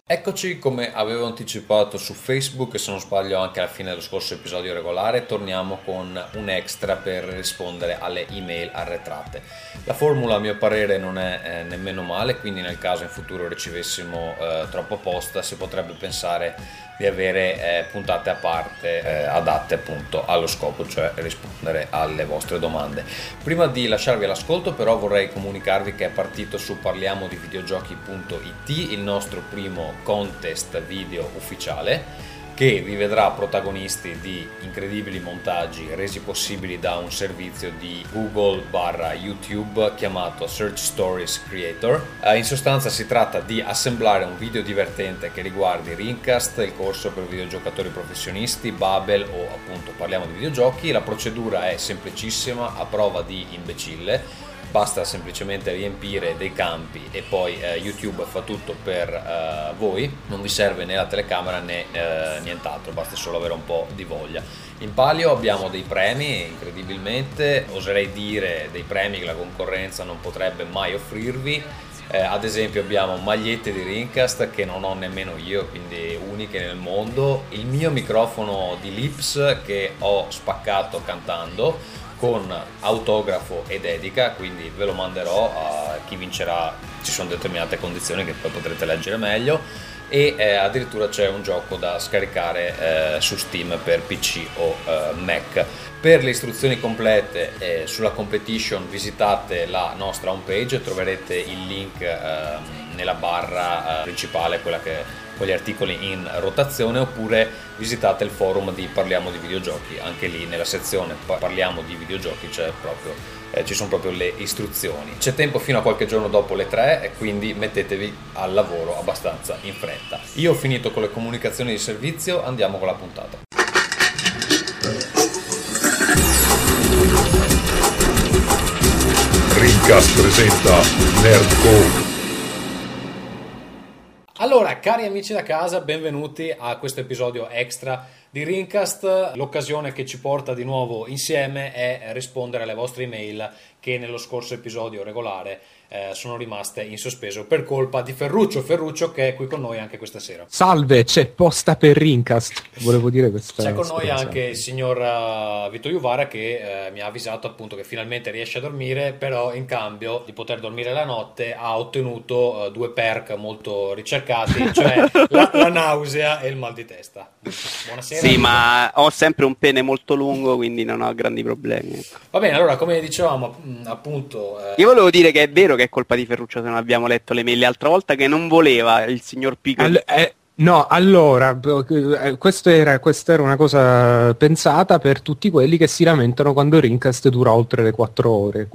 Eccoci, come avevo anticipato su Facebook e se non sbaglio anche alla fine dello scorso episodio regolare, torniamo con un extra per rispondere alle email arretrate. La formula a mio parere non è nemmeno male, quindi nel caso in futuro ricevessimo troppo posta si potrebbe pensare di avere puntate a parte adatte appunto allo scopo, cioè rispondere alle vostre domande. Prima di lasciarvi all'ascolto però vorrei comunicarvi che è partito su parliamodivideogiochi.it il nostro primo contest video ufficiale che vi vedrà protagonisti di incredibili montaggi resi possibili da un servizio di Google/YouTube chiamato Search Stories Creator. In sostanza si tratta di assemblare un video divertente che riguardi Rincast, il corso per videogiocatori professionisti, Babel o appunto Parliamo di videogiochi. La procedura è semplicissima, a prova di imbecille. Basta semplicemente riempire dei campi e poi YouTube fa tutto per voi, non vi serve né la telecamera né nient'altro, basta solo avere un po' di voglia. In palio abbiamo dei premi, incredibilmente, oserei dire dei premi che la concorrenza non potrebbe mai offrirvi. Ad esempio abbiamo magliette di Rincast che non ho nemmeno io, quindi uniche nel mondo, il mio microfono di Lips che ho spaccato cantando, con autografo e dedica, quindi ve lo manderò a chi vincerà, ci sono determinate condizioni che poi potrete leggere meglio, e addirittura c'è un gioco da scaricare su Steam per PC o Mac. Per le istruzioni complete sulla competition visitate la nostra homepage, troverete il link nella barra principale, quella che con gli articoli in rotazione, oppure visitate il forum di Parliamo di videogiochi, anche lì nella sezione Parliamo di videogiochi ci sono proprio le istruzioni. C'è tempo fino a qualche giorno dopo le 3 e quindi mettetevi al lavoro abbastanza in fretta. Io ho finito con le comunicazioni di servizio, andiamo con la puntata. Rincast presenta Nerdcore. Allora, cari amici da casa, benvenuti a questo episodio extra di Rincast. L'occasione che ci porta di nuovo insieme è rispondere alle vostre email che nello scorso episodio regolare sono rimaste in sospeso per colpa di Ferruccio che è qui con noi anche questa sera. Salve, c'è posta per Rincast, volevo dire questa. C'è con noi anche il signor Vito Juvara che mi ha avvisato appunto che finalmente riesce a dormire, però in cambio di poter dormire la notte ha ottenuto due perk molto ricercati, cioè la nausea e il mal di testa. Buonasera. Sì, ma ho sempre un pene molto lungo, quindi non ho grandi problemi. Va bene, allora come dicevamo appunto... Io volevo dire che è vero che è colpa di Ferruccio se non abbiamo letto le mail l'altra volta, che non voleva il signor Pico. No, allora, questa era una cosa pensata per tutti quelli che si lamentano quando Rincast dura oltre le 4 ore.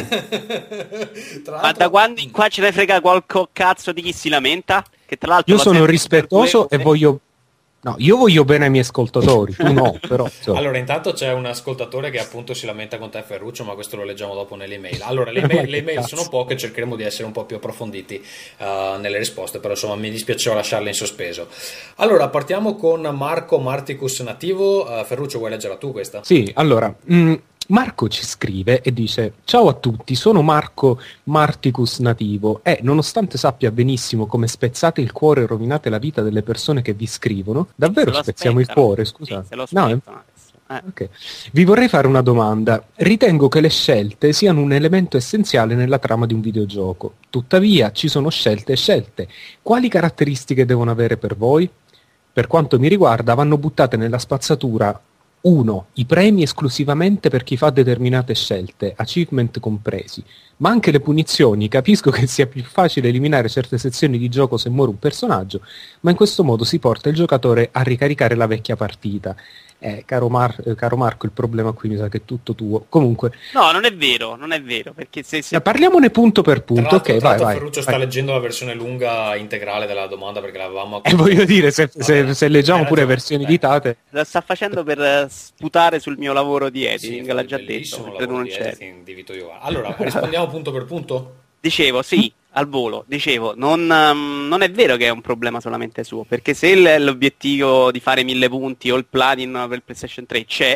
Ma da quando in qua ce ne frega qualche cazzo di chi si lamenta? Che tra l'altro io sono rispettoso e voglio... No, io voglio bene ai miei ascoltatori, tu no, però... Allora, intanto c'è un ascoltatore che appunto si lamenta con te, Ferruccio, ma questo lo leggiamo dopo nelle email. Allora, le email sono poche, cercheremo di essere un po' più approfonditi nelle risposte, però insomma mi dispiaceva lasciarle in sospeso. Allora, partiamo con Marco Marticus Nativo. Ferruccio, vuoi leggerla tu questa? Sì, allora... Marco ci scrive e dice: ciao a tutti, sono Marco Marticus Nativo e nonostante sappia benissimo come spezzate il cuore e rovinate la vita delle persone che vi scrivono, davvero spezziamo il cuore, scusate. No, okay. Vi vorrei fare una domanda. Ritengo che le scelte siano un elemento essenziale nella trama di un videogioco. Tuttavia ci sono scelte e scelte. Quali caratteristiche devono avere per voi? Per quanto mi riguarda vanno buttate nella spazzatura 1. I premi esclusivamente per chi fa determinate scelte, achievement compresi, ma anche le punizioni. Capisco che sia più facile eliminare certe sezioni di gioco se muore un personaggio, ma in questo modo si porta il giocatore a ricaricare la vecchia partita. Caro Marco, il problema qui mi sa che è tutto tuo. Comunque... No, non è vero, perché se... Parliamone punto per punto, ok, vai. Ferruccio sta leggendo la versione lunga integrale della domanda perché l'avevamo... voglio dire, se leggiamo pure versioni editate... Lo sta facendo per sputare sul mio lavoro di editing, sì, l'ha già detto. Di Vito Juvara. Allora, rispondiamo punto per punto? Dicevo, sì, al volo, non è vero che è un problema solamente suo, perché se l'obiettivo di fare 1000 punti o il platino per PlayStation 3 c'è,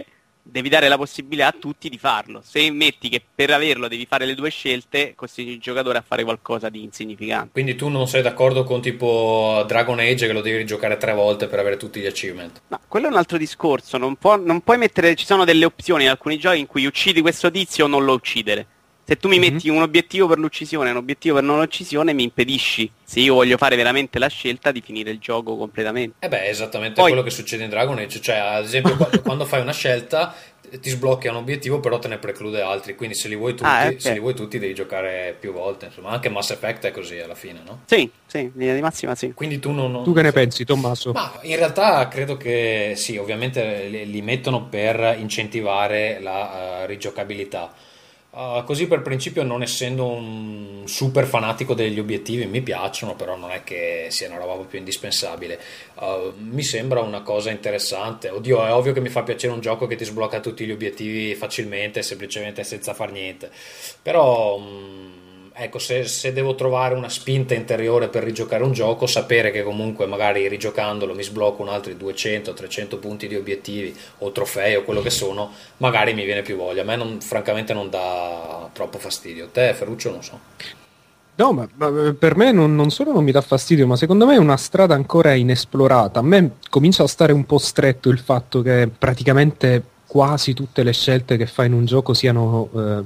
devi dare la possibilità a tutti di farlo. Se metti che per averlo devi fare le 2 scelte, costringi il giocatore a fare qualcosa di insignificante. Quindi tu non sei d'accordo con tipo Dragon Age che lo devi rigiocare 3 volte per avere tutti gli achievement? No, quello è un altro discorso, non puoi mettere, ci sono delle opzioni in alcuni giochi in cui uccidi questo tizio o non lo uccidere. Se tu mi metti un obiettivo per l'uccisione e un obiettivo per non l'uccisione, mi impedisci, se io voglio fare veramente la scelta, di finire il gioco completamente. È esattamente quello che succede in Dragon Age, cioè ad esempio quando fai una scelta ti sblocchi un obiettivo però te ne preclude altri, quindi se li vuoi tutti devi giocare più volte, insomma. Anche Mass Effect è così alla fine, no? Sì, in linea di massima sì. Quindi tu che ne pensi, Tommaso? Ma in realtà credo che sì, ovviamente li mettono per incentivare la rigiocabilità. Così per principio, non essendo un super fanatico degli obiettivi, mi piacciono, però non è che sia una roba più indispensabile. Mi sembra una cosa interessante. Oddio, è ovvio che mi fa piacere un gioco che ti sblocca tutti gli obiettivi facilmente, semplicemente senza far niente. Però ecco, se devo trovare una spinta interiore per rigiocare un gioco, sapere che comunque magari rigiocandolo mi sblocco un altri 200-300 punti di obiettivi o trofei o quello che sono, magari mi viene più voglia. A me francamente non dà troppo fastidio. Te, Ferruccio, non so. No, ma per me non solo non mi dà fastidio, ma secondo me è una strada ancora inesplorata. A me comincia a stare un po' stretto il fatto che praticamente quasi tutte le scelte che fai in un gioco siano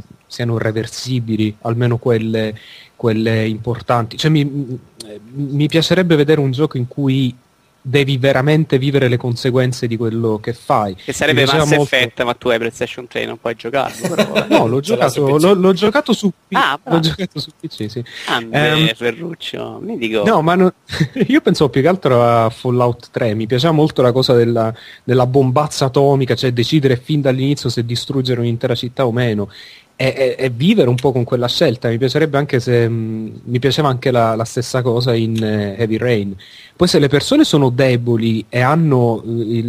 reversibili, almeno quelle importanti. Cioè mi piacerebbe vedere un gioco in cui devi veramente vivere le conseguenze di quello che fai. Che sarebbe Mass Effect, ma tu hai PlayStation 3, non puoi giocarlo. Però, no, l'ho giocato su PC. L'ho giocato su PC, sì. Ferruccio, mi dico. No, ma io pensavo più che altro a Fallout 3. Mi piaceva molto la cosa della bombazza atomica, cioè decidere fin dall'inizio se distruggere un'intera città o meno. E vivere un po' con quella scelta. Mi piacerebbe anche se mi piaceva anche la stessa cosa in Heavy Rain. Poi se le persone sono deboli e hanno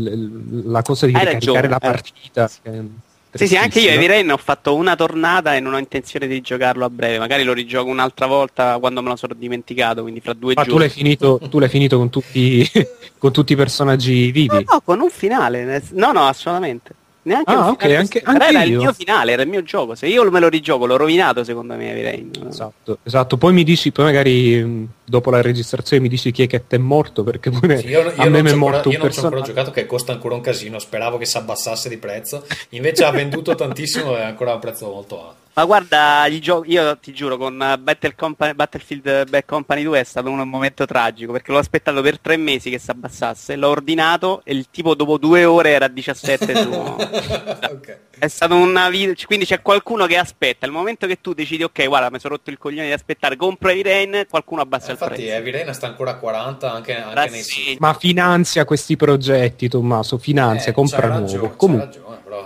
la cosa di ricaricare la partita, sì, anche io Heavy Rain ho fatto una tornata e non ho intenzione di giocarlo a breve. Magari lo rigioco un'altra volta quando me lo sono dimenticato, quindi fra 2 giorni. Tu l'hai finito con tutti con tutti i personaggi vivi? No, con un finale. No, assolutamente. Neanche anche era io. Il mio finale, era il mio gioco. Se io me lo rigioco, l'ho rovinato secondo me Heavy Rain. Esatto. Poi mi dici, poi magari dopo la registrazione mi dici chi è che è morto, perché pure a me è morto un personaggio. Io non ci ho ancora giocato, che costa ancora un casino. Speravo che si abbassasse di prezzo. Invece ha venduto tantissimo e è ancora a un prezzo molto alto. Ma guarda, io ti giuro, con Battlefield Bad Company 2 è stato un momento tragico, perché l'ho aspettato per 3 mesi che si abbassasse, l'ho ordinato e il tipo dopo 2 ore era a 17 su. Okay. È stato una vita, quindi c'è qualcuno che aspetta, il momento che tu decidi ok, guarda, mi sono rotto il coglione di aspettare, compro Heavy Rain, qualcuno abbassa il prezzo. Infatti Heavy Rain sta ancora a 40 anche nei siti. Ma finanzia questi progetti, Tommaso, compra nuovo. Comunque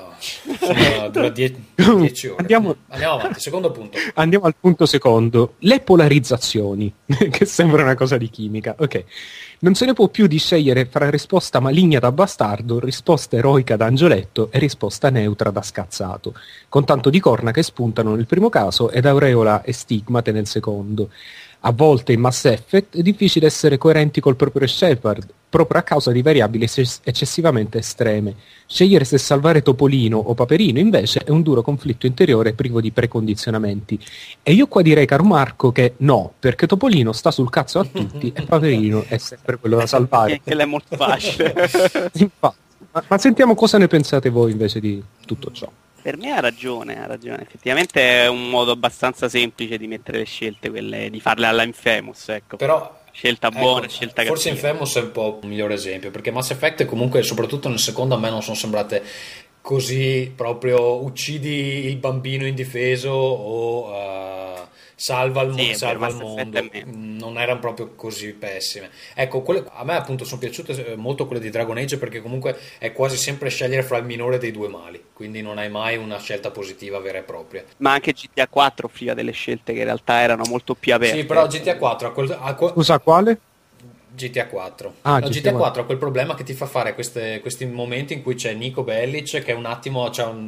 dura 10 ore. Andiamo avanti, secondo punto. Andiamo al punto secondo, le polarizzazioni, che sembra una cosa di chimica. Ok, non se ne può più di scegliere fra risposta maligna da bastardo, risposta eroica da angioletto e risposta neutra da scazzato, con tanto di corna che spuntano nel primo caso ed aureola e stigmate nel secondo. A volte in Mass Effect è difficile essere coerenti col proprio Shepard, proprio a causa di variabili eccessivamente estreme. Scegliere se salvare Topolino o Paperino, invece, è un duro conflitto interiore privo di precondizionamenti. E io qua direi, caro Marco, che no, perché Topolino sta sul cazzo a tutti e Paperino è sempre quello da salvare. Che è molto facile. Infatti. Ma sentiamo cosa ne pensate voi invece di tutto ciò. Per me ha ragione. Effettivamente è un modo abbastanza semplice di mettere le scelte, quelle di farle alla Infamous, ecco. Però scelta buona, scelta cattiva. Forse Infamous è un po' un migliore esempio, perché Mass Effect comunque, soprattutto nel secondo, a me non sono sembrate così proprio uccidi il bambino indifeso o salva il mondo, non erano proprio così pessime. Ecco, a me appunto sono piaciute molto quelle di Dragon Age, perché comunque è quasi sempre scegliere fra il minore dei due mali, quindi non hai mai una scelta positiva vera e propria. Ma anche GTA 4 offriva delle scelte che in realtà erano molto più aperte. Sì, però GTA 4 Scusa, quale? GTA 4. Ah, No, GTA GTA 4 ha quel problema che ti fa fare questi momenti in cui c'è Nico Bellic che un attimo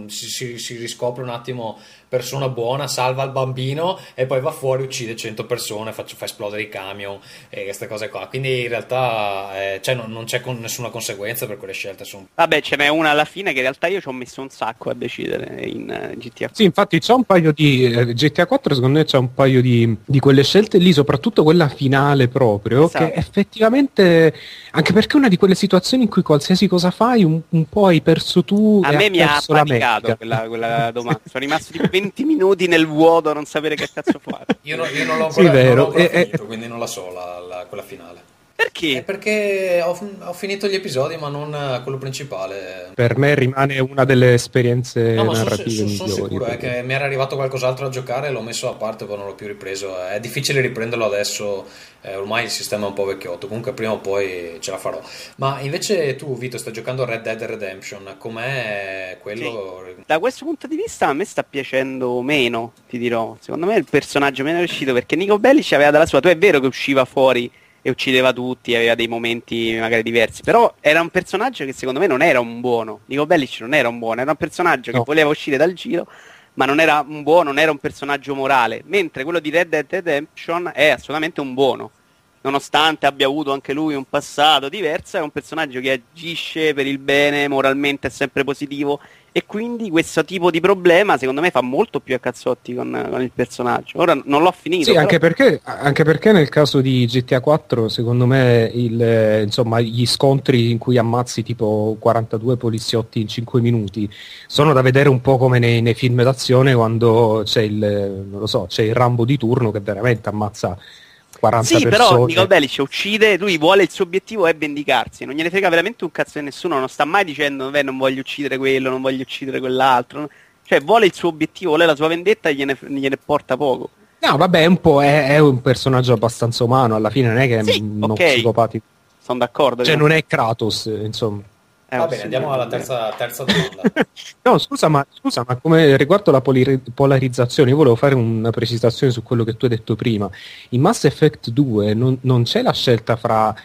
si riscopre un attimo persona buona, salva il bambino e poi va fuori, uccide 100 persone, fa esplodere i camion e queste cose qua. Quindi in realtà non c'è nessuna conseguenza per quelle scelte. Vabbè, ce n'è una alla fine che in realtà io ci ho messo un sacco a decidere in GTA. Sì, infatti c'è un paio di GTA 4, secondo me c'è un paio di quelle scelte lì, soprattutto quella finale proprio, Esatto. che effettivamente, anche perché è una di quelle situazioni in cui qualsiasi cosa fai un po' hai perso tu A e me ha mi ha perso la panicato mecca. quella domanda. Sono rimasto tipo 20 minuti nel vuoto a non sapere che cazzo fare. Io non l'ho Sì, ancora, non vero. l'ho ancora finito, quindi non la so quella finale. Perché? Perché ho finito gli episodi ma non quello principale. Per me rimane una delle esperienze No, ma narrative sono migliori. sicuro che mi era arrivato qualcos'altro da giocare e l'ho messo a parte, poi non l'ho più ripreso. È difficile riprenderlo adesso, ormai il sistema è un po' vecchiotto, comunque prima o poi ce la farò. Ma invece tu, Vito, stai giocando Red Dead Redemption, com'è quello? Sì. Da questo punto di vista a me sta piacendo meno, ti dirò. Secondo me è il personaggio meno riuscito perché Nico Bellic aveva dalla sua, tu è vero che usciva fuori e uccideva tutti, aveva dei momenti magari diversi, però era un personaggio che secondo me non era un buono. Nico Bellic non era un buono, era un personaggio che voleva uscire dal giro, ma non era un buono, non era un personaggio morale, mentre quello di Red Dead Redemption è assolutamente un buono. Nonostante abbia avuto anche lui un passato diverso, è un personaggio che agisce per il bene, moralmente è sempre positivo e quindi questo tipo di problema secondo me fa molto più a cazzotti con il personaggio. Ora non l'ho finito. Sì, però... anche perché nel caso di GTA 4 secondo me insomma, gli scontri in cui ammazzi tipo 42 poliziotti in 5 minuti sono da vedere un po' come nei film d'azione quando c'è non lo so, c'è il Rambo di turno che veramente ammazza 40 Sì, persone. però Nico Bellic uccide, lui vuole, il suo obiettivo è vendicarsi, non gliene frega veramente un cazzo di nessuno, non sta mai dicendo non voglio uccidere quello, non voglio uccidere quell'altro, cioè vuole il suo obiettivo, vuole la sua vendetta e gliene porta poco. No, vabbè, è un personaggio abbastanza umano, alla fine non è che è Sì, uno ok. psicopatico. Sono d'accordo. Cioè non è Kratos, insomma. Va bene, andiamo alla terza domanda. No, scusa, ma come riguardo la polarizzazione, io volevo fare una precisazione su quello che tu hai detto prima. In Mass Effect 2 non c'è la scelta fra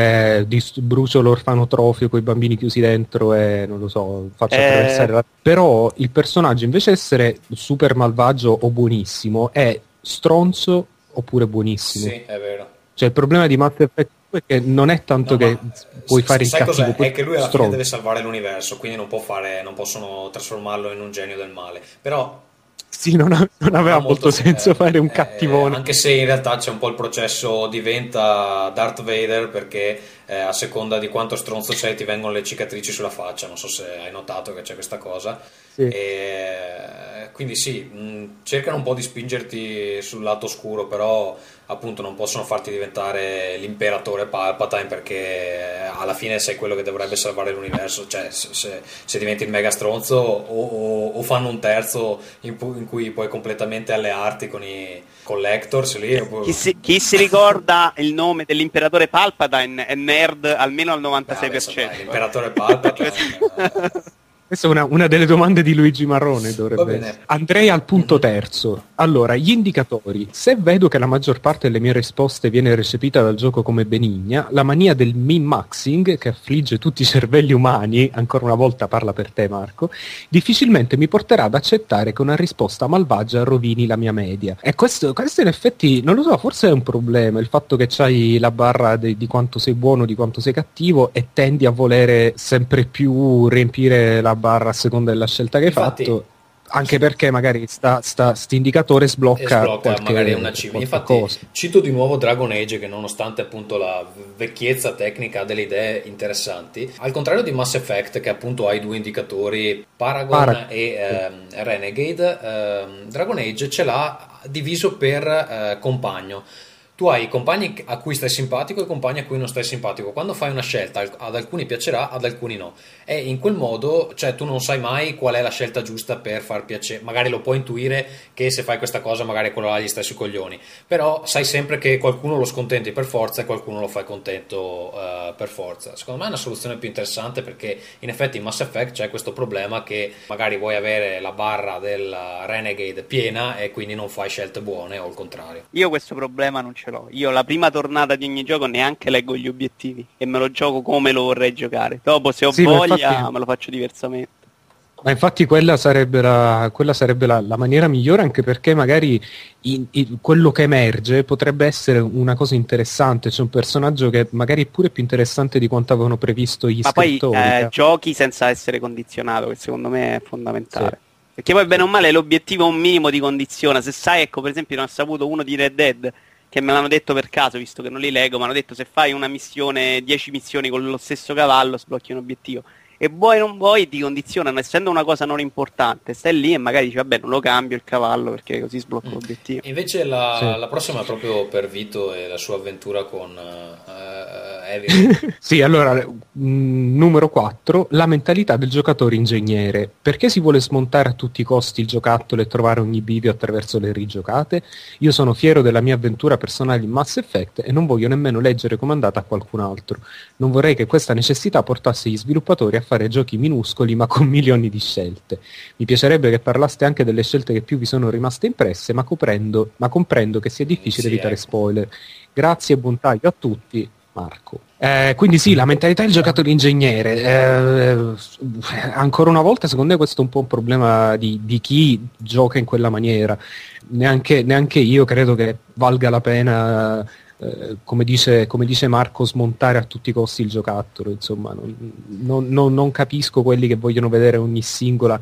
brucio l'orfanotrofio con i bambini chiusi dentro e non lo so, faccio attraversare però il personaggio invece di essere super malvagio o buonissimo è stronzo oppure buonissimo. Sì, è vero. Cioè il problema di Mass Effect 2 è che non è tanto che puoi fare il sai cattivo, cos'è? È che lui alla fine stronzo. deve salvare l'universo, quindi non possono trasformarlo in un genio del male. Però Sì, non aveva molto senso fare un cattivone. Anche se in realtà c'è un po' il processo, diventa Darth Vader perché a seconda di quanto stronzo sei ti vengono le cicatrici sulla faccia, non so se hai notato che c'è questa cosa. Sì. E quindi sì, cercano un po' di spingerti sul lato oscuro, però appunto non possono farti diventare l'imperatore Palpatine perché alla fine sei quello che dovrebbe salvare l'universo, cioè se diventi il mega stronzo o fanno un terzo in cui puoi completamente allearti con i collectors lì. Chi si ricorda il nome dell'imperatore Palpatine è nerd almeno al 96%. Dai, l'imperatore Palpatine Questa è una delle domande di Luigi Marrone, Va dovrebbe bene. essere. Andrei al punto terzo. Allora, gli indicatori. Se vedo che la maggior parte delle mie risposte viene recepita dal gioco come benigna, la mania del min-maxing, che affligge tutti i cervelli umani, ancora una volta parla per te Marco, difficilmente mi porterà ad accettare che una risposta malvagia rovini la mia media. E questo in effetti, non lo so, forse è un problema, il fatto che c'hai la barra di quanto sei buono, di quanto sei cattivo, e tendi a volere sempre più riempire la barra a seconda della scelta che hai Infatti, fatto, anche perché magari st'indicatore sblocca magari una achievement. Infatti cosa. cito di nuovo Dragon Age che nonostante appunto la vecchiezza tecnica ha delle idee interessanti, al contrario di Mass Effect che appunto ha i due indicatori Paragon e Renegade, Dragon Age ce l'ha diviso per compagno. Tu hai i compagni a cui stai simpatico e i compagni a cui non stai simpatico. Quando fai una scelta, ad alcuni piacerà, ad alcuni no. E in quel modo, cioè, tu non sai mai qual è la scelta giusta per far piacere. Magari lo puoi intuire che se fai questa cosa, magari quello là gli stai sui coglioni. Però sai sempre che qualcuno lo scontenti per forza e qualcuno lo fai contento per forza. Secondo me è una soluzione più interessante perché in effetti in Mass Effect c'è questo problema che magari vuoi avere la barra del Renegade piena e quindi non fai scelte buone o il contrario. Io questo problema non ce ce l'ho. Io la prima tornata di ogni gioco neanche leggo gli obiettivi e me lo gioco come lo vorrei giocare. Dopo se ho voglia infatti, me lo faccio diversamente. Ma infatti quella sarebbe la maniera migliore, anche perché magari quello che emerge potrebbe essere una cosa interessante. C'è un personaggio che magari è pure più interessante di quanto avevano previsto gli scrittori. Ma poi giochi senza essere condizionato, che secondo me è fondamentale. Sì. Perché poi bene o male l'obiettivo è un minimo di condizione. Se sai, ecco, per esempio non ho saputo uno di Red Dead, che me l'hanno detto per caso, visto che non li leggo, mi hanno detto se fai una missione, 10 missioni con lo stesso cavallo, sblocchi un obiettivo. E vuoi non vuoi ti condizionano, essendo una cosa non importante, stai lì e magari dici vabbè non lo cambio il cavallo perché così sblocco l'obiettivo. Invece la prossima è proprio per Vito e la sua avventura con Evil. Sì, allora numero 4, la mentalità del giocatore ingegnere. Perché si vuole smontare a tutti i costi il giocattolo e trovare ogni bivio attraverso le rigiocate? Io sono fiero della mia avventura personale in Mass Effect e non voglio nemmeno leggere com'è andata a qualcun altro. Non vorrei che questa necessità portasse gli sviluppatori a fare giochi minuscoli ma con milioni di scelte. Mi piacerebbe che parlaste anche delle scelte che più vi sono rimaste impresse, ma comprendo che sia difficile evitare spoiler. Grazie e buon taglio a tutti, Marco. Quindi sì, la mentalità del giocatore ingegnere, ancora una volta secondo me questo è un po' un problema di chi gioca in quella maniera. Neanche io credo che valga la pena, come dice Marco, smontare a tutti i costi il giocattolo. Insomma, non capisco quelli che vogliono vedere ogni singola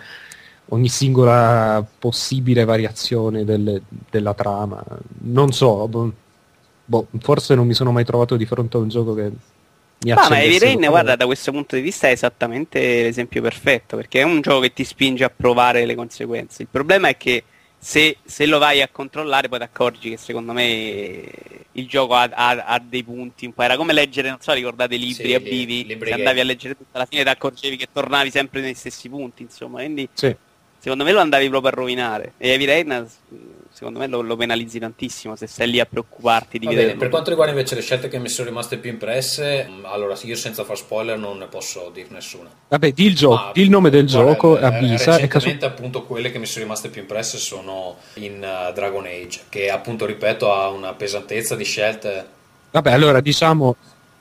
possibile variazione della trama. Non so, forse non mi sono mai trovato di fronte a un gioco che mi accendesse. Ma Heavy Rain, guarda, da questo punto di vista è esattamente l'esempio perfetto, perché è un gioco che ti spinge a provare le conseguenze. Il problema è che se lo vai a controllare poi ti accorgi che secondo me il gioco ha dei punti un po'. Era come leggere, non so, ricordate libri a bivi, se andavi a leggere tutto alla fine ti accorgevi che tornavi sempre nei stessi punti, insomma, quindi secondo me lo andavi proprio a rovinare. E Heavy Rain secondo me lo penalizzi tantissimo se stai lì a preoccuparti di vedere. Per quanto riguarda invece le scelte che mi sono rimaste più impresse, allora io senza far spoiler non ne posso dire nessuna. Vabbè, di il nome del gioco, avvisa. Recentemente appunto quelle che mi sono rimaste più impresse sono in Dragon Age, che appunto, ripeto, ha una pesantezza di scelte. Vabbè, allora diciamo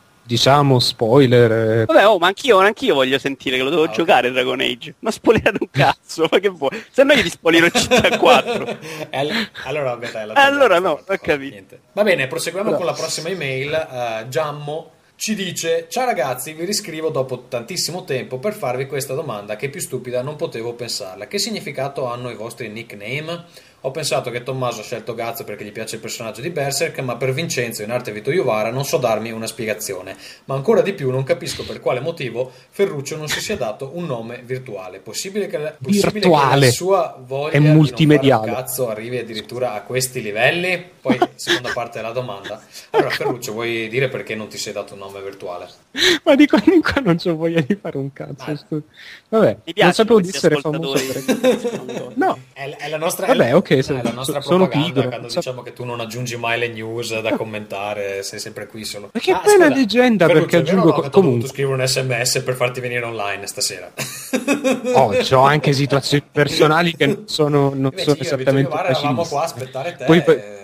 spoiler. Vabbè, ma anch'io voglio sentire che lo devo giocare Dragon Age. Ma spoilerate un cazzo, ma che vuoi? Se no io ti spoilerò GTA 4. Allora vabbè, dai, allora no, ho capito. Niente. Va bene, proseguiamo con la prossima email. Giammo ci dice: ciao ragazzi, vi riscrivo dopo tantissimo tempo per farvi questa domanda che più stupida non potevo pensarla. Che significato hanno i vostri nickname? Ho pensato che Tommaso ha scelto Gazzo perché gli piace il personaggio di Berserk, ma per Vincenzo in arte Vito Iuvara non so darmi una spiegazione. Ma ancora di più non capisco per quale motivo Ferruccio non si sia dato un nome virtuale. Possibile che la sua voglia di non fare un cazzo arrivi addirittura a questi livelli? Poi, seconda parte della domanda. Allora, Ferruccio, vuoi dire perché non ti sei dato un nome virtuale? Ma di qua in qua non c'ho voglia di fare un cazzo. Vabbè, non sapevo di essere famoso. No, è la nostra... Vabbè, ok. È la nostra propaganda quando diciamo che tu non aggiungi mai le news da commentare, sei sempre qui solo. Ma che bella leggenda, perché aggiungo comunque scrivo un SMS per farti venire online stasera. C'ho anche situazioni personali che non sono esattamente eravamo qua a aspettare te.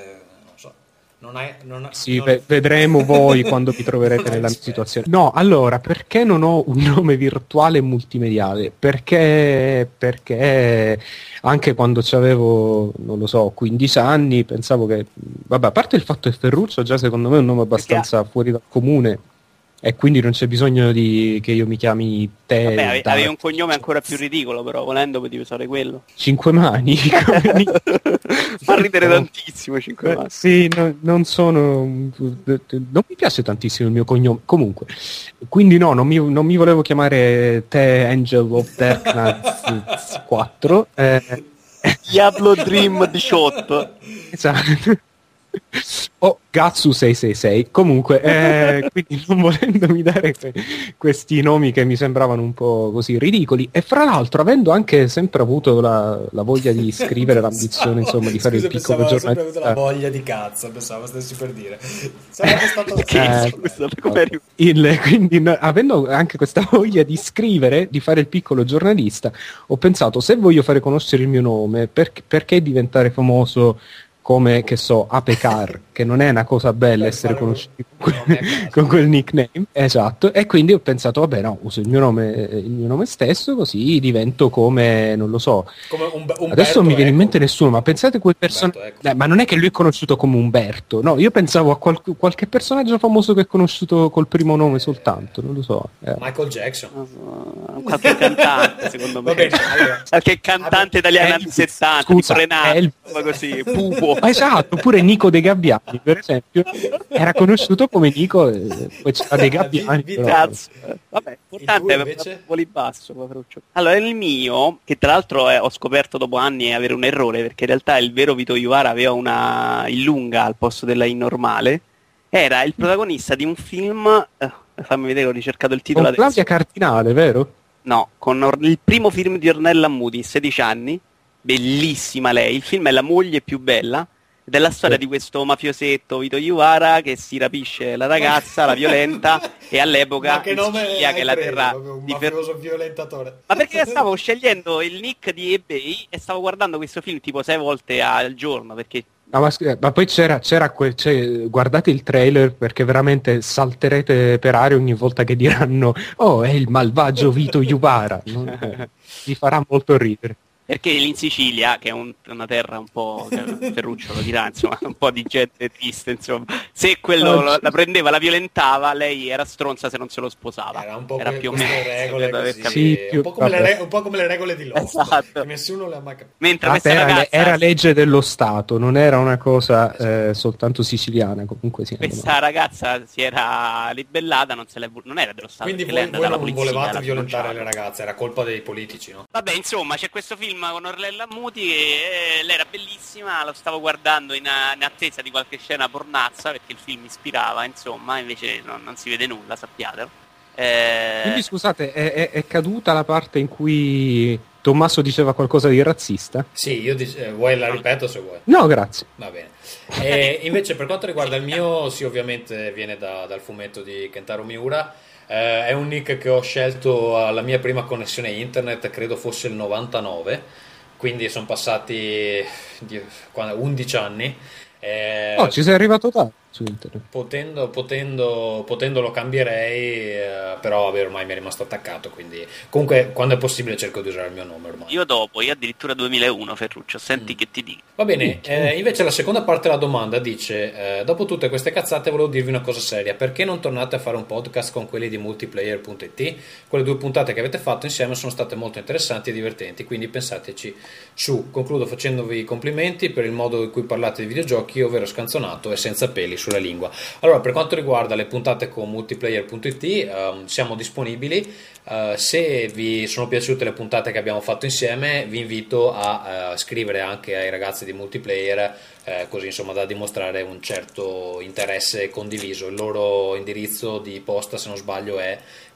Vedremo voi quando vi troverete nella mia situazione. No, allora, perché non ho un nome virtuale multimediale? Perché anche quando avevo, non lo so, 15 anni, pensavo che, vabbè, a parte il fatto che Ferruccio già secondo me è un nome abbastanza fuori dal comune, e quindi non c'è bisogno che io mi chiami te. Vabbè, avevi un cognome ancora più ridicolo, però volendo potevi usare quello. 5 mani. Fa ridere tantissimo 5 mani. Sì, non mi piace tantissimo il mio cognome. Comunque, quindi no, non mi volevo chiamare te Angel of Darkness 4. Diablo Dream 18. Esatto. Gatsu 666. Comunque, quindi non volendomi dare questi nomi che mi sembravano un po' così ridicoli, e fra l'altro avendo anche sempre avuto la voglia di scrivere, l'ambizione insomma di fare il piccolo giornalista, sempre avuto la voglia di cazzo, pensavo stessi per dire sarebbe stato quindi avendo anche questa voglia di scrivere, di fare il piccolo giornalista, ho pensato, se voglio fare conoscere il mio nome, perché diventare famoso come, che so, Apecar, che non è una cosa bella essere conosciuti con quel nickname, esatto, e quindi ho pensato, vabbè, no, uso il mio nome stesso, così divento come, non lo so, come Umberto, adesso non mi viene in mente Eco. nessuno, ma pensate quel personaggio, ma non è che lui è conosciuto come Umberto, no, io pensavo a qualche personaggio famoso che è conosciuto col primo nome soltanto, non lo so. Michael Jackson. Qualche cantante, secondo me. Va bene, allora. Qualche cantante italiano anni 70, scusa, tipo Renato, Elvis. così, Pupo. Esatto, oppure Nico De Gabbiani, per esempio, era conosciuto come Nico, poi c'era De Gabbiani. però- Cazzo. Vabbè, importante Il tuo per invece? voli basso, Ferruccio. Allora, il mio, che tra l'altro ho scoperto dopo anni avere un errore, perché in realtà il vero Vito Iuvara aveva una illunga al posto della I normale, era il protagonista di un film, fammi vedere, ho ricercato il titolo Con adesso. Claudia Cardinale, vero? No, con il primo film di Ornella Muti, 16 anni, bellissima lei, il film è La moglie più bella, ed è la storia di questo mafiosetto Vito Iuvara che si rapisce la ragazza, la violenta, e all'epoca Ma che in nome Sicilia, hai che è la preso? terra Proprio un di mafioso violentatore. Ma perché stavo scegliendo il nick di eBay e stavo guardando questo film tipo 6 volte al giorno, perché No, ma poi guardate il trailer perché veramente salterete per aria ogni volta che diranno oh, è il malvagio Vito Iuvara. Vi farà molto ridere. Perché in Sicilia, che è una terra un po', Ferruccio lo dirà, insomma, un po' di gente triste, insomma, se quello la prendeva, la violentava, lei era stronza se non se lo sposava. Era un po' Era più o meno regole credo aver così, capito. Sì, un po' come le regole di Lost. Esatto. Che nessuno le ha mai capito. Mentre questa ragazza, Era legge dello Stato, non era una cosa soltanto siciliana, comunque sì. questa ragazza si era ribellata, non era dello Stato. Quindi perché lei è voi andata alla non polizia, volevate l'ha violentare sbocciata. le ragazze, era colpa dei politici, no? Vabbè, insomma, c'è questo film con Ornella Muti e lei era bellissima, lo stavo guardando in attesa di qualche scena pornazza perché il film ispirava, insomma, invece non si vede nulla, sappiatelo. Quindi scusate, è caduta la parte in cui Tommaso diceva qualcosa di razzista? Sì, vuoi la ripeto se vuoi? No, grazie. Va bene. E invece per quanto riguarda il mio, sì, ovviamente viene dal fumetto di Kentaro Miura. È un nick che ho scelto alla mia prima connessione internet, credo fosse il 99, quindi sono passati 11 anni. Ci sei arrivato tardi su internet. Potendo lo cambierei, però vabbè, ormai mi è rimasto attaccato, quindi comunque quando è possibile cerco di usare il mio nome ormai. Io addirittura 2001, Ferruccio, senti che ti dico. Va bene, invece la seconda parte della domanda dice dopo tutte queste cazzate volevo dirvi una cosa seria, perché non tornate a fare un podcast con quelli di multiplayer.it? Quelle 2 puntate che avete fatto insieme sono state molto interessanti e divertenti, quindi pensateci su. Concludo facendovi i complimenti per il modo in cui parlate di videogiochi, ovvero scanzonato e senza peli sulla lingua. Allora, per quanto riguarda le puntate con multiplayer.it, siamo disponibili. Se vi sono piaciute le puntate che abbiamo fatto insieme, vi invito a scrivere anche ai ragazzi di multiplayer, così insomma da dimostrare un certo interesse condiviso. Il loro indirizzo di posta, se non sbaglio, è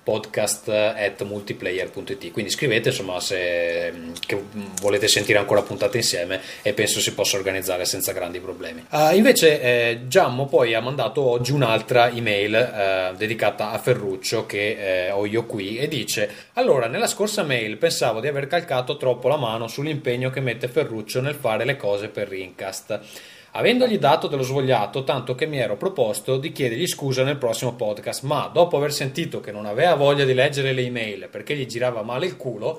podcast@multiplayer.it, quindi scrivete insomma se che volete sentire ancora puntate insieme, e penso si possa organizzare senza grandi problemi. Invece Giammo poi ha mandato oggi un'altra email dedicata a Ferruccio che ho io qui, e dice: allora, nella scorsa mail pensavo di aver calcato troppo la mano sull'impegno che mette Ferruccio nel fare le cose per Rincast, avendogli dato dello svogliato, tanto che mi ero proposto di chiedergli scusa nel prossimo podcast, ma dopo aver sentito che non aveva voglia di leggere le email perché gli girava male il culo,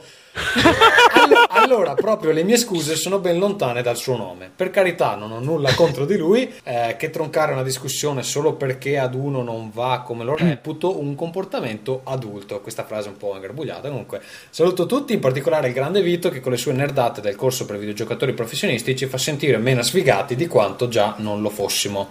allora proprio le mie scuse sono ben lontane dal suo nome. Per carità, non ho nulla contro di lui, che troncare una discussione solo perché ad uno non va come lo reputo un comportamento adulto. Questa frase è un po' ingarbugliata. Comunque saluto tutti, in particolare il grande Vito, che con le sue nerdate del corso per videogiocatori professionisti ci fa sentire meno sfigati di quanto già non lo fossimo.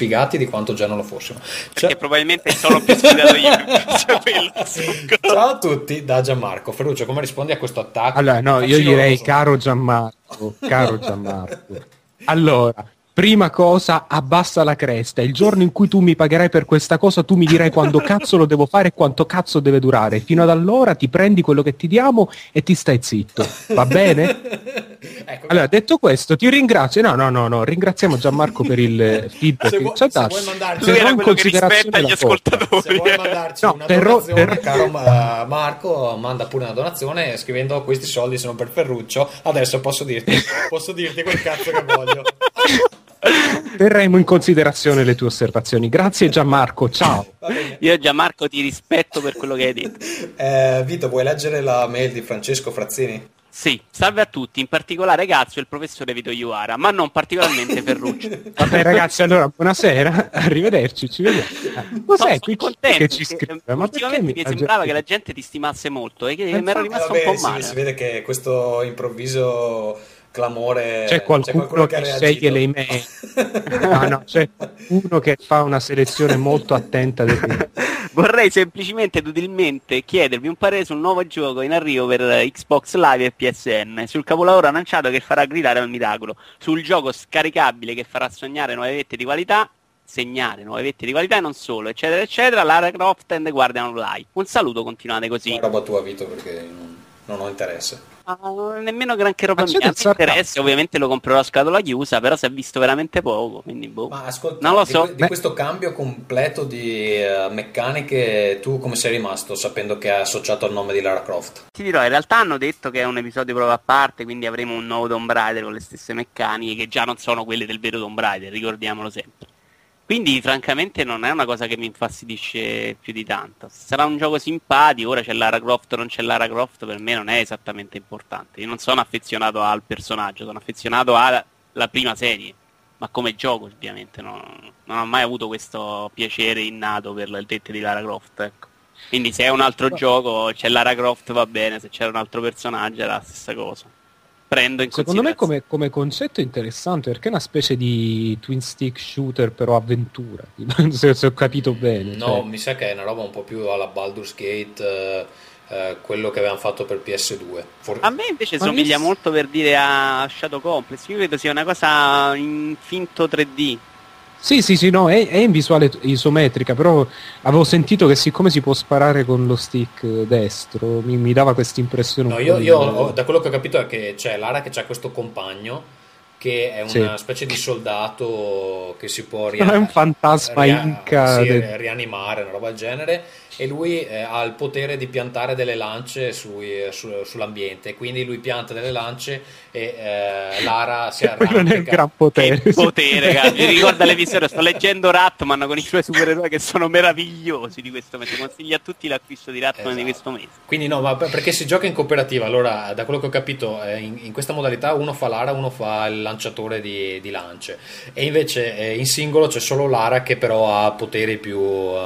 Perché probabilmente sono più sfidato io. Ciao a tutti da Gianmarco. Ferruccio, come rispondi a questo attacco? Allora, no, io direi caro Gianmarco. Allora, prima cosa, abbassa la cresta. Il giorno in cui tu mi pagherai per questa cosa, tu mi dirai quando cazzo lo devo fare e quanto cazzo deve durare. Fino ad allora ti prendi quello che ti diamo e ti stai zitto. Va bene? Ecco, allora, detto questo, ti ringrazio. No, ringraziamo Gianmarco per il feedback che ci ha dato. Se vuoi mandarci, Lui era quello che rispetta gli ascoltatori. Se vuoi mandarci una donazione, caro Marco, manda pure una donazione scrivendo: questi soldi sono per Ferruccio, adesso posso dirti quel cazzo che voglio. Terremo in considerazione le tue osservazioni. Grazie Gianmarco, ciao. Io Gianmarco ti rispetto per quello che hai detto. Vito, vuoi leggere la mail di Francesco Frazzini? Sì, salve a tutti, in particolare Gazzo e il professore Vito Iuara, ma non particolarmente Ferruccio. Vabbè ragazzi, allora buonasera, arrivederci, ci vediamo. Cos'è qui contento che ci scrive? Ma ultimamente mi sembrava che la gente ti stimasse molto e che mi ero rimasto un po' male. Si vede che questo improvviso clamore, c'è qualcuno che sceglie le email. No, c'è uno che fa una selezione molto attenta del... Vorrei semplicemente ed utilmente chiedervi un parere sul nuovo gioco in arrivo per Xbox Live e PSN, sul capolavoro annunciato che farà gridare al miracolo, sul gioco scaricabile che farà sognare nuove vette di qualità, segnare nuove vette di qualità e non solo, eccetera eccetera, Lara Croft and the Guardian of Light. Un saluto, continuate così. Una roba tua, Vito, perché non ho interesse. Nemmeno granché roba mia, mi interessa, ovviamente lo comprerò a scatola chiusa, però si è visto veramente poco, quindi boh. Ma ascolta, non lo so. Di questo cambio completo di meccaniche, tu come sei rimasto sapendo che è associato al nome di Lara Croft? Ti dirò, in realtà hanno detto che è un episodio prova a parte, quindi avremo un nuovo Tomb Raider con le stesse meccaniche, che già non sono quelle del vero Tomb Raider, ricordiamolo sempre. Quindi francamente non è una cosa che mi infastidisce più di tanto. Sarà un gioco simpatico, ora c'è Lara Croft o non c'è Lara Croft, per me non è esattamente importante. Io non sono affezionato al personaggio, sono affezionato alla prima serie, ma come gioco ovviamente non ho mai avuto questo piacere innato per le tette di Lara Croft, ecco. Quindi se è un altro gioco, c'è Lara Croft va bene, se c'era un altro personaggio è la stessa cosa. Prendo in Secondo me come concetto è interessante, perché è una specie di twin stick shooter però avventura, se ho capito bene. No, cioè, mi sa che è una roba un po' più alla Baldur's Gate, quello che avevano fatto per PS2. A me invece somiglia molto, per dire, a Shadow Complex. Io credo sia una cosa in finto 3D. Sì, no, è in visuale isometrica, però avevo sentito che siccome si può sparare con lo stick destro, mi dava questa impressione. No, io da quello che ho capito è che c'è Lara che c'ha questo compagno che è una specie di soldato che si può è un fantasma inca rianimare, una roba del genere, e lui ha il potere di piantare delle lance sull'ambiente, quindi lui pianta delle lance e Lara si arranca. Non è un gran potere. Che potere, mi ricorda l'episodio, sto leggendo Ratman con i suoi supereroi che sono meravigliosi di questo mese, consiglio a tutti l'acquisto di Ratman di questo mese. Quindi no, ma perché si gioca in cooperativa, allora da quello che ho capito in questa modalità uno fa Lara, uno fa il lanciatore di lance, e invece in singolo c'è solo Lara che però ha poteri più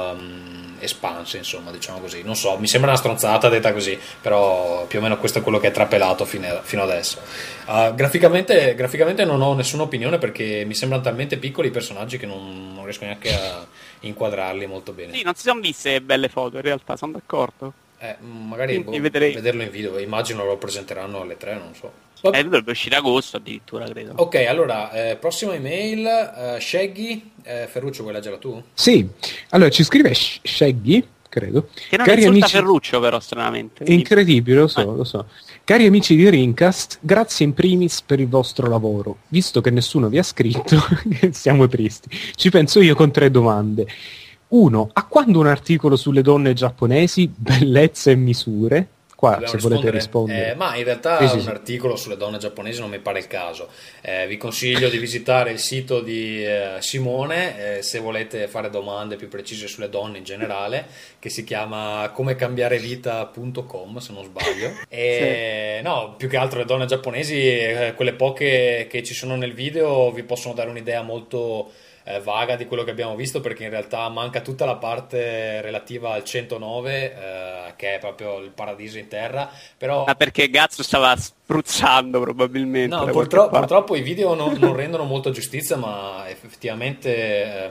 espanse, insomma, diciamo così. Non so, mi sembra una stronzata detta così, però più o meno questo è quello che è trapelato fino adesso. Graficamente non ho nessuna opinione, perché mi sembrano talmente piccoli i personaggi che non riesco neanche a inquadrarli molto bene. Sì, non si sono viste belle foto in realtà, sono d'accordo. Magari vederlo in video, immagino lo presenteranno alle 3, non so. Dovrebbe uscire agosto addirittura, credo. Ok, allora, prossima email, Shaggy, Ferruccio, vuoi leggerla tu? Sì, allora ci scrive Shaggy, credo. Che non insulta amici... Ferruccio però, stranamente. Incredibile, lo so. Cari amici di Rincast, grazie in primis per il vostro lavoro. Visto che nessuno vi ha scritto, siamo tristi. Ci penso io con 3 domande. 1. A quando un articolo sulle donne giapponesi, bellezza e misure? Qua, se volete rispondere. Ma in realtà un articolo sulle donne giapponesi non mi pare il caso. Vi consiglio di visitare il sito di Simone, se volete fare domande più precise sulle donne in generale, che si chiama comecambiarevita.com, se non sbaglio. No, più che altro le donne giapponesi, quelle poche che ci sono nel video, vi possono dare un'idea molto vaga di quello che abbiamo visto, perché in realtà manca tutta la parte relativa al 109, che è proprio il paradiso in terra, però perché Gazzo stava spruzzando probabilmente. No, purtroppo i video non rendono molto giustizia, ma effettivamente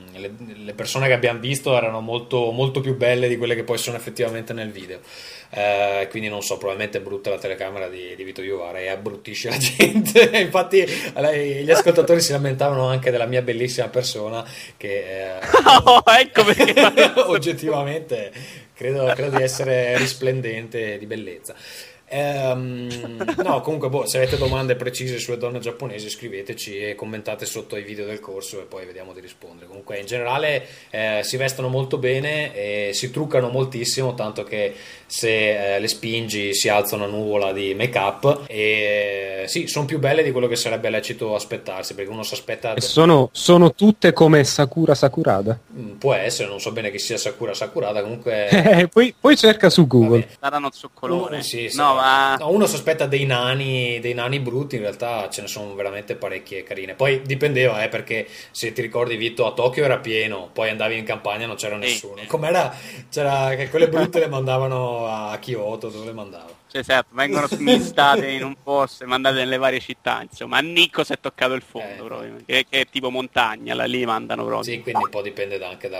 le persone che abbiamo visto erano molto, molto più belle di quelle che poi sono effettivamente nel video. Quindi non so, probabilmente è brutta la telecamera di Vito Iuvara e abbruttisce la gente. Infatti gli ascoltatori si lamentavano anche della mia bellissima persona, che ecco perché oggettivamente credo di essere risplendente di bellezza. No, comunque, se avete domande precise sulle donne giapponesi, scriveteci e commentate sotto i video del corso e poi vediamo di rispondere. Comunque, in generale, si vestono molto bene e si truccano moltissimo, tanto che se le spingi si alza una nuvola di make-up e sì, sono più belle di quello che sarebbe lecito aspettarsi, perché uno si aspetta... E sono tutte come Sakura Sakurada? Può essere, non so bene chi sia Sakura Sakurada, comunque... poi cerca su Google. Vabbè. Saranno zoccolone. Sì, no, ma... no, uno si aspetta dei nani brutti, in realtà ce ne sono veramente parecchie carine. Poi dipendeva, perché se ti ricordi, Vito, a Tokyo era pieno, poi andavi in campagna non c'era nessuno. Com'era? C'era che quelle brutte le mandavano a Kyoto, dove le mandava? Cioè, certo, vengono smistate in un posto e mandate nelle varie città, insomma. A Nicco si è toccato il fondo, proprio, che è tipo montagna, lì mandano proprio. Sì, quindi un po' dipende anche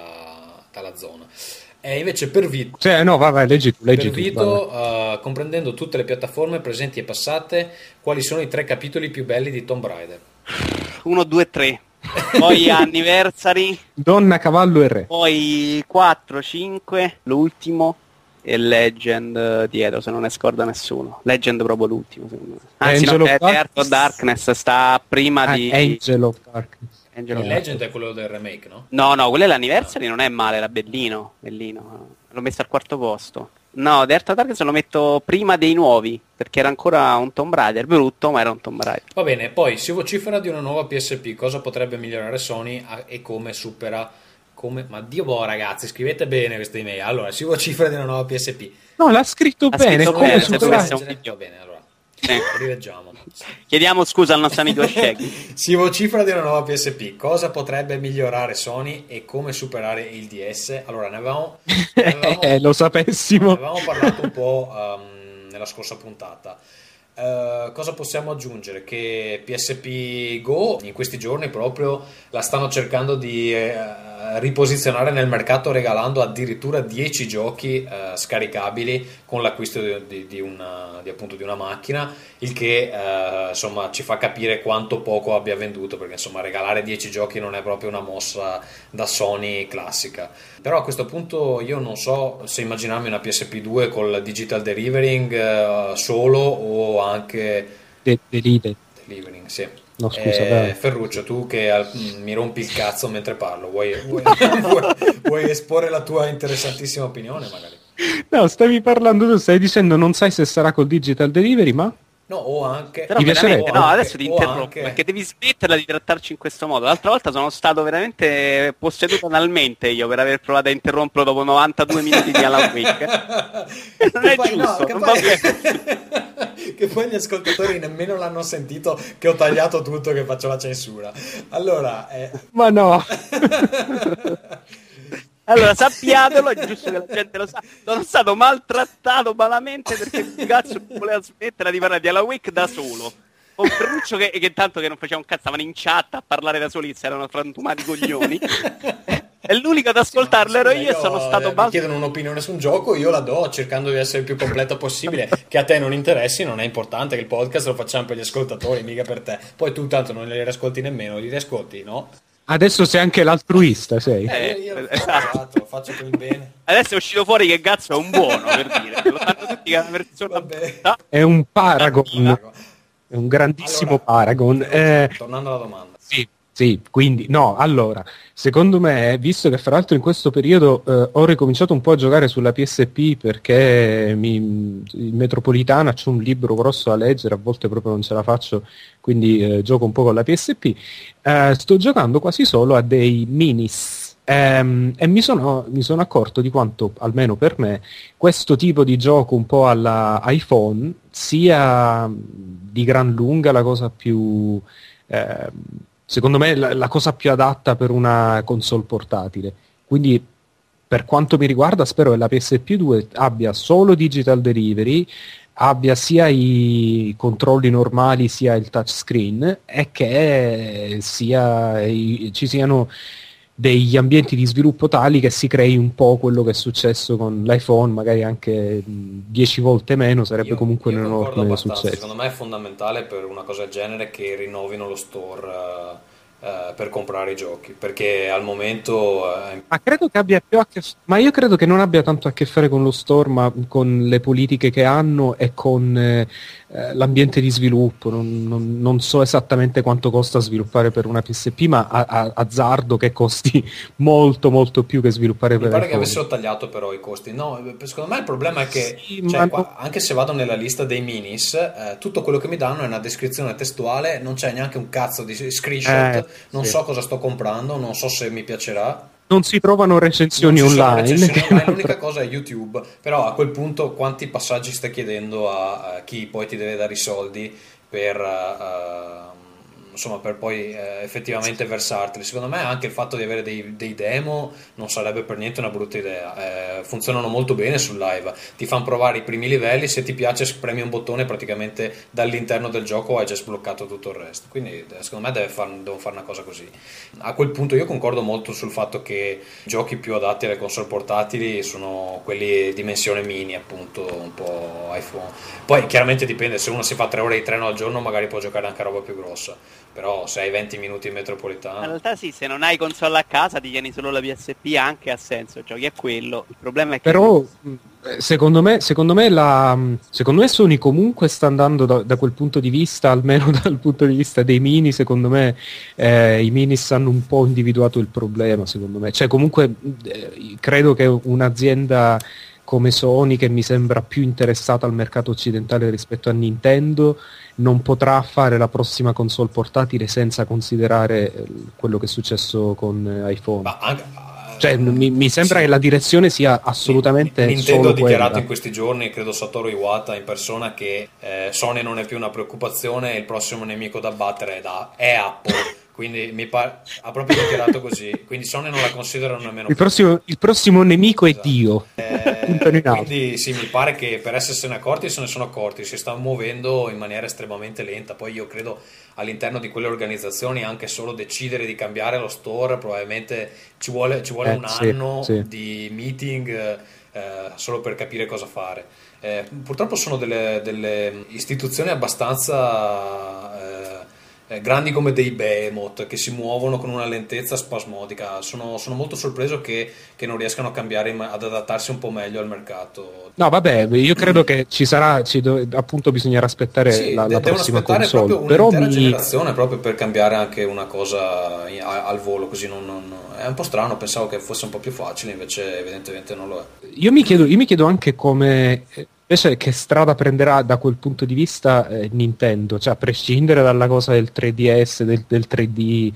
dalla zona. E invece per Vito, leggi tu. Per Vito, comprendendo tutte le piattaforme presenti e passate, quali sono i 3 capitoli più belli di Tomb Raider? 1, 2, 3. Poi Anniversary. Donna, cavallo e re. Poi 4, 5, l'ultimo. E Legend dietro, se non ne scorda nessuno. Legend proprio l'ultimo, secondo me. Anzi, Angel no, of Heart of Darkness sta prima di... Angel of Darkness. Angel Il of Legend è quello del remake, no? No, quello è l'Anniversary, non è male, era bellino. L'ho messo al 4º posto. No, The Heart of Darkness lo metto prima dei nuovi, perché era ancora un Tomb Raider, brutto, ma era un Tomb Raider. Va bene, poi si vocifera di una nuova PSP, cosa potrebbe migliorare Sony e come supera... Ma Dio ragazzi, scrivete bene queste email. Allora, si vocifera di una nuova PSP. No, l'ha scritto bene, come superare... Va bene, allora. Rileggiamo. Chiediamo scusa al nostro amico Shaggy. Si vocifera di una nuova PSP. Cosa potrebbe migliorare Sony e come superare il DS? Allora, ne avevamo lo sapessimo. Ne avevamo parlato un po' nella scorsa puntata. Cosa possiamo aggiungere? Che PSP Go in questi giorni proprio la stanno cercando di riposizionare nel mercato, regalando addirittura 10 giochi scaricabili con l'acquisto di una macchina, il che insomma ci fa capire quanto poco abbia venduto, perché insomma regalare 10 giochi non è proprio una mossa da Sony classica. Però a questo punto io non so se immaginarmi una PSP 2 col digital delivering solo o anche delivering, sì. No, scusa, Ferruccio, tu che mi rompi il cazzo mentre parlo, vuoi esporre la tua interessantissima opinione magari? No, stavi parlando tu, stai dicendo non sai se sarà col digital delivery, ma... No, o anche... Però no, adesso ti interrompo, perché devi smetterla di trattarci in questo modo. L'altra volta sono stato veramente posseduto analmente io per aver provato a interromperlo dopo 92 minuti di Alan Wake. Non è giusto, non va bene. Che poi gli ascoltatori nemmeno l'hanno sentito che ho tagliato tutto, che faccio la censura. Allora... Ma no! Allora sappiatelo, è giusto che la gente lo sa. Sono stato maltrattato malamente perché il cazzo voleva smettere di parlare di Alan Wake da solo. Con Ferruccio che tanto che non faceva un cazzo, stavano in chat a parlare da soli, si erano frantumati i coglioni. E l'unico ad ascoltarlo ero io e sono stato mi chiedono un'opinione su un gioco, io la do cercando di essere il più completo possibile. Che a te non interessi non è importante, che il podcast lo facciamo per gli ascoltatori, mica per te. Poi tu tanto non li riascolti nemmeno, li riascolti, no? Adesso sei anche l'altruista, sei? Io esatto, lo faccio per il bene. Adesso è uscito fuori che Gazzo è un buono, per dire. Lo sanno tutti che è una persona... È un paragon. È un grandissimo paragon. Tornando alla domanda. Sì, quindi no, allora, secondo me, visto che fra l'altro in questo periodo ho ricominciato un po' a giocare sulla PSP perché in metropolitana c'è un libro grosso da leggere, a volte proprio non ce la faccio, quindi gioco un po' con la PSP, sto giocando quasi solo a dei minis. E mi sono accorto di quanto, almeno per me, questo tipo di gioco un po' alla iPhone sia di gran lunga la cosa più... secondo me la cosa più adatta per una console portatile. Quindi per quanto mi riguarda spero che la PSP2 abbia solo digital delivery, abbia sia i controlli normali sia il touchscreen e che ci siano degli ambienti di sviluppo tali che si crei un po' quello che è successo con l'iPhone, magari anche 10 volte meno, sarebbe comunque un enorme successo. Secondo me è fondamentale per una cosa del genere che rinnovino lo store per comprare i giochi, perché al momento Ma credo che abbia più ma io credo che non abbia tanto a che fare con lo store, ma con le politiche che hanno e con l'ambiente di sviluppo. Non so esattamente quanto costa sviluppare per una PSP, ma azzardo che costi molto molto più che sviluppare mi per pare che iPhone. avessero tagliato però i costi. No, secondo me il problema è che Sì, cioè, ma anche se vado nella lista dei minis, tutto quello che mi danno è una descrizione testuale, non c'è neanche un cazzo di screenshot, non sì. so cosa sto comprando, non so se mi piacerà. Non si trovano Non recensioni ci sono online. recensioni che online, è l'unica cosa è YouTube, però a quel punto quanti passaggi stai chiedendo a chi poi ti deve dare i soldi per, insomma, per poi effettivamente versarteli? Secondo me anche il fatto di avere dei demo non sarebbe per niente una brutta idea. Funzionano molto bene sul live, ti fanno provare i primi livelli, se ti piace premi un bottone, praticamente dall'interno del gioco hai già sbloccato tutto il resto, quindi secondo me devono fare una cosa così. A quel punto io concordo molto sul fatto che i giochi più adatti alle console portatili sono quelli dimensione mini, appunto, un po' iPhone. Poi chiaramente dipende, se uno si fa 3 ore di treno al giorno magari può giocare anche a roba più grossa, però se hai 20 minuti in In metropolitana... realtà sì, se non hai console a casa ti tieni solo la PSP, anche ha senso, giochi a quello. Il problema è che Però secondo me Sony comunque sta andando da quel punto di vista, almeno dal punto di vista dei mini. Secondo me i minis hanno un po' individuato il problema, secondo me. Cioè comunque credo che un'azienda come Sony, che mi sembra più interessata al mercato occidentale rispetto a Nintendo, non potrà fare la prossima console portatile senza considerare quello che è successo con iPhone. Ma anche, Cioè, mi sembra sì. che la direzione sia assolutamente Nintendo solo ha dichiarato quella. in questi giorni, credo Satoru Iwata in persona, che Sony non è più una preoccupazione e il prossimo nemico da battere è Apple. Quindi ha proprio dichiarato così. Quindi Sony non la considerano nemmeno più. Il prossimo nemico è Esatto. Dio. Puntano in alto. Quindi sì, mi pare che per essersene accorti se ne sono accorti, si stanno muovendo in maniera estremamente lenta. Poi io credo all'interno di quelle organizzazioni anche solo decidere di cambiare lo store probabilmente ci vuole un Sì, anno sì. di meeting solo per capire cosa fare. Purtroppo sono delle istituzioni abbastanza grandi come dei behemoth che si muovono con una lentezza spasmodica. Sono molto sorpreso che non riescano a cambiare, ad adattarsi un po' meglio al mercato. No, vabbè, io credo che appunto bisognerà aspettare Sì, la devono prossima aspettare console. proprio Però un'intera generazione proprio per cambiare anche una cosa al volo, così è un po' strano, pensavo che fosse un po' più facile, invece evidentemente non lo è. io mi chiedo anche come invece che strada prenderà da quel punto di vista Nintendo, cioè a prescindere dalla cosa del 3DS, del 3D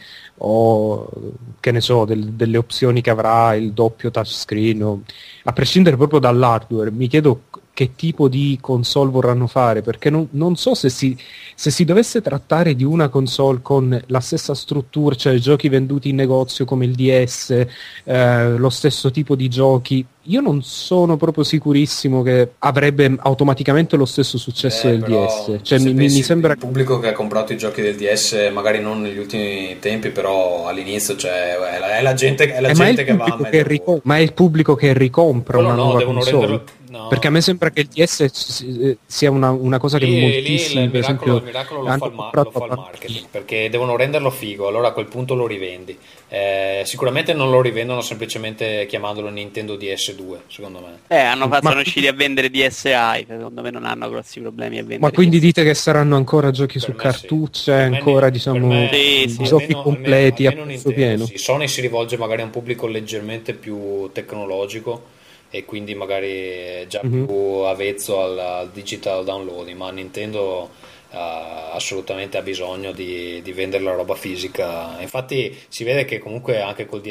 o che ne so, delle opzioni che avrà, il doppio touchscreen, a prescindere proprio dall'hardware, mi chiedo che tipo di console vorranno fare, perché non so se si dovesse trattare di una console con la stessa struttura, cioè giochi venduti in negozio come il DS, lo stesso tipo di giochi, io non sono proprio sicurissimo che avrebbe automaticamente lo stesso successo del Però, DS. Cioè, se mi pensi, sembra il pubblico che ha comprato i giochi del DS, magari non negli ultimi tempi, però all'inizio, cioè, è la gente che va a meglio. ma è il pubblico che ricompra Quello una no, nuova devono console. renderlo. No. Perché a me sembra che il DS sia una cosa che moltissimi, il per esempio, miracolo lo hanno fa il comprato marketing, perché devono renderlo figo, allora a quel punto lo rivendi. Sicuramente non lo rivendono semplicemente chiamandolo Nintendo DS2, secondo me. sono usciti a vendere DSi, secondo me non hanno grossi problemi a vendere. Ma quindi dite che saranno ancora giochi su Per me cartucce, sì. Per me ancora ne- diciamo per me- Sì, giochi completi a almeno prezzo Nintendo, pieno? sì. Sony si rivolge magari a un pubblico leggermente più tecnologico e quindi magari è già più avvezzo al digital downloading, ma Nintendo assolutamente ha bisogno di vendere la roba fisica. Infatti si vede che comunque anche col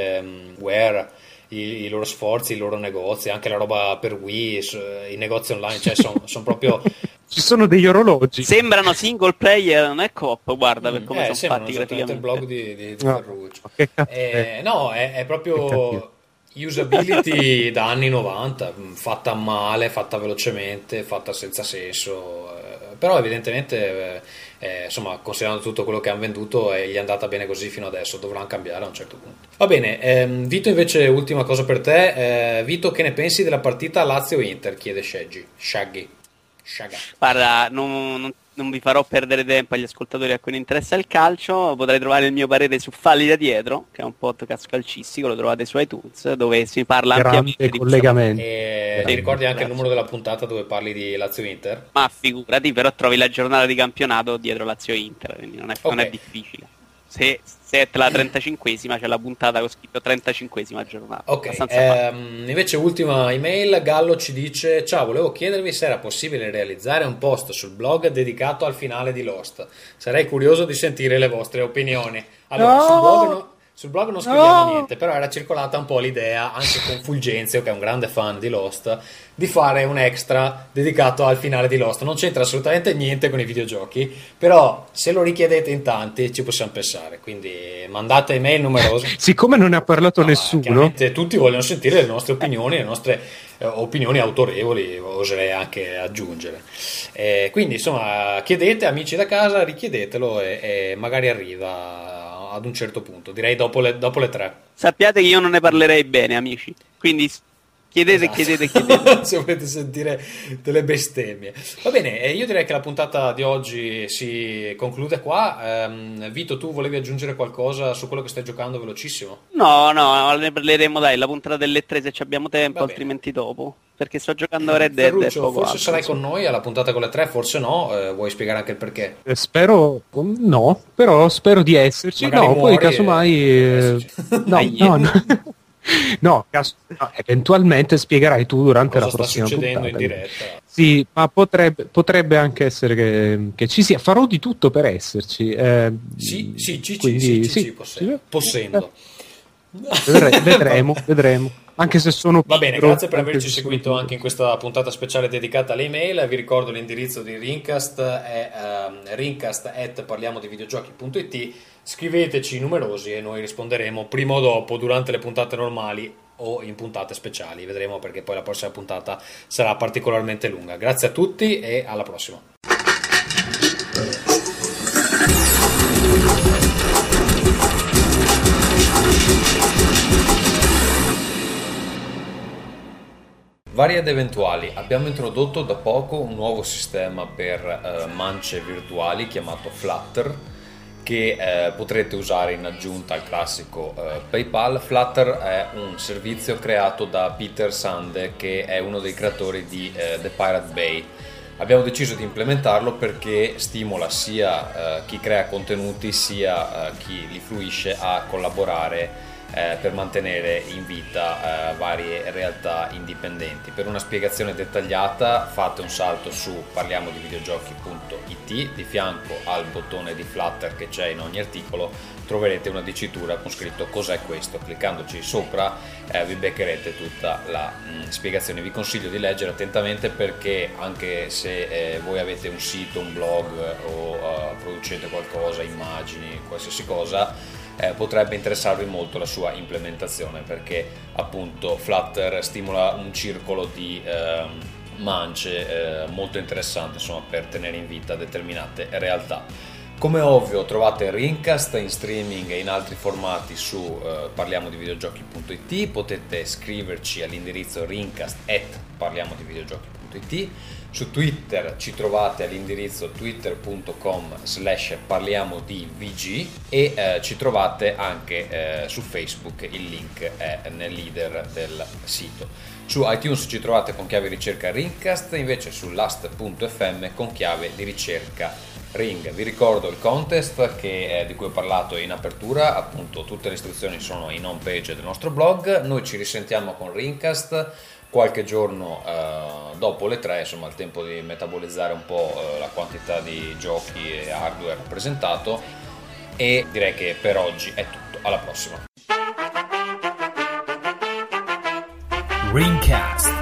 DSware i loro sforzi, i loro negozi, anche la roba per Wii, i negozi online, cioè sono proprio... Ci sono degli orologi. Sembrano single player, non è coop, guarda per come sono sembrano fatti esattamente il praticamente. blog di No, Ferruccio. che caffè. No, è Che proprio cattivo. usability da anni 90, fatta male, fatta velocemente, fatta senza senso, però evidentemente insomma, considerando tutto quello che hanno venduto gli è andata bene così fino adesso, dovranno cambiare a un certo punto. Va bene, Vito, invece ultima cosa per te. Vito, che ne pensi della partita Lazio-Inter? Chiede Shaggy. Guarda, non non vi farò perdere tempo agli ascoltatori a cui non interessa il calcio. Potrai trovare il mio parere su Falli da dietro, che è un podcast calcistico, lo trovate su iTunes, dove si parla ampiamente di collegamento. E ti ricordi anche il numero della puntata dove parli di Lazio-Inter? Ma figurati, però trovi la giornata di campionato dietro Lazio-Inter, quindi non è difficile. Se è la 35esima, c'è la puntata con scritto 35esima giornata. Ok, invece ultima email, Gallo ci dice: ciao, volevo chiedervi se era possibile realizzare un post sul blog dedicato al finale di Lost. Sarei curioso di sentire le vostre opinioni. Allora, sul blog non scriviamo niente, però era circolata un po' l'idea, anche con Fulgenzio, che è un grande fan di Lost, di fare un extra dedicato al finale di Lost. Non c'entra assolutamente niente con i videogiochi, però se lo richiedete in tanti ci possiamo pensare, quindi mandate email numerose. Siccome non ne ha parlato nessuno, tutti vogliono sentire le nostre opinioni, le nostre opinioni autorevoli, oserei anche aggiungere. Quindi insomma, chiedete, amici da casa, richiedetelo e magari arriva ad un certo punto, direi dopo le 3. Sappiate che io non ne parlerei bene, amici, quindi chiedete, esatto. chiedete. Se volete sentire delle bestemmie. Va bene, io direi che la puntata di oggi si conclude qua. Vito, tu volevi aggiungere qualcosa su quello che stai giocando velocissimo? No, ne parleremo, dai, la puntata delle 3 se ci abbiamo tempo, altrimenti dopo, perché sto giocando a Red Dead. Ferruccio, forse sarai con noi alla puntata con le 3, forse no, vuoi spiegare anche il perché? Spero no, però spero di esserci. Magari no, poi casomai no, eventualmente spiegherai tu durante cosa la prossima sta succedendo puntata. In diretta. Sì, ma potrebbe anche essere che ci sia. Farò di tutto per esserci. Possendo. Vedremo. Anche se sono va bene, pigro, grazie per averci seguito anche in questa puntata speciale dedicata alle email. Vi ricordo l'indirizzo di Rincast è rincast@parliamodivideogiochi.it. Scriveteci numerosi e noi risponderemo prima o dopo, durante le puntate normali o in puntate speciali, vedremo, perché poi la prossima puntata sarà particolarmente lunga. Grazie a tutti e alla prossima. Vari ed eventuali, abbiamo introdotto da poco un nuovo sistema per mance virtuali chiamato Flutter, che potrete usare in aggiunta al classico PayPal. Flutter è un servizio creato da Peter Sande, che è uno dei creatori di The Pirate Bay. Abbiamo deciso di implementarlo perché stimola sia chi crea contenuti sia chi li fruisce a collaborare per mantenere in vita varie realtà indipendenti. Per una spiegazione dettagliata fate un salto su parliamodivideogiochi.it, di fianco al bottone di Flutter che c'è in ogni articolo troverete una dicitura con scritto cos'è questo. Cliccandoci sopra vi beccherete tutta la spiegazione. Vi consiglio di leggere attentamente, perché anche se voi avete un sito, un blog o producete qualcosa, immagini, qualsiasi cosa, potrebbe interessarvi molto la sua implementazione, perché appunto Flutter stimola un circolo di mance molto interessante, insomma, per tenere in vita determinate realtà. Come ovvio trovate Rincast in streaming e in altri formati su parliamodivideogiochi.it. potete scriverci all'indirizzo rincast@parliamodivideogiochi.it. Su Twitter ci trovate all'indirizzo twitter.com/parliamodivg e ci trovate anche su Facebook, il link è nel leader del sito. Su iTunes ci trovate con chiave ricerca Rincast, invece su last.fm con chiave di ricerca Ring. Vi ricordo il contest di cui ho parlato in apertura, appunto tutte le istruzioni sono in home page del nostro blog. Noi ci risentiamo con Ringcast qualche giorno dopo le 3, insomma il tempo di metabolizzare un po' la quantità di giochi e hardware presentato, e direi che per oggi è tutto. Alla prossima. Ringcast.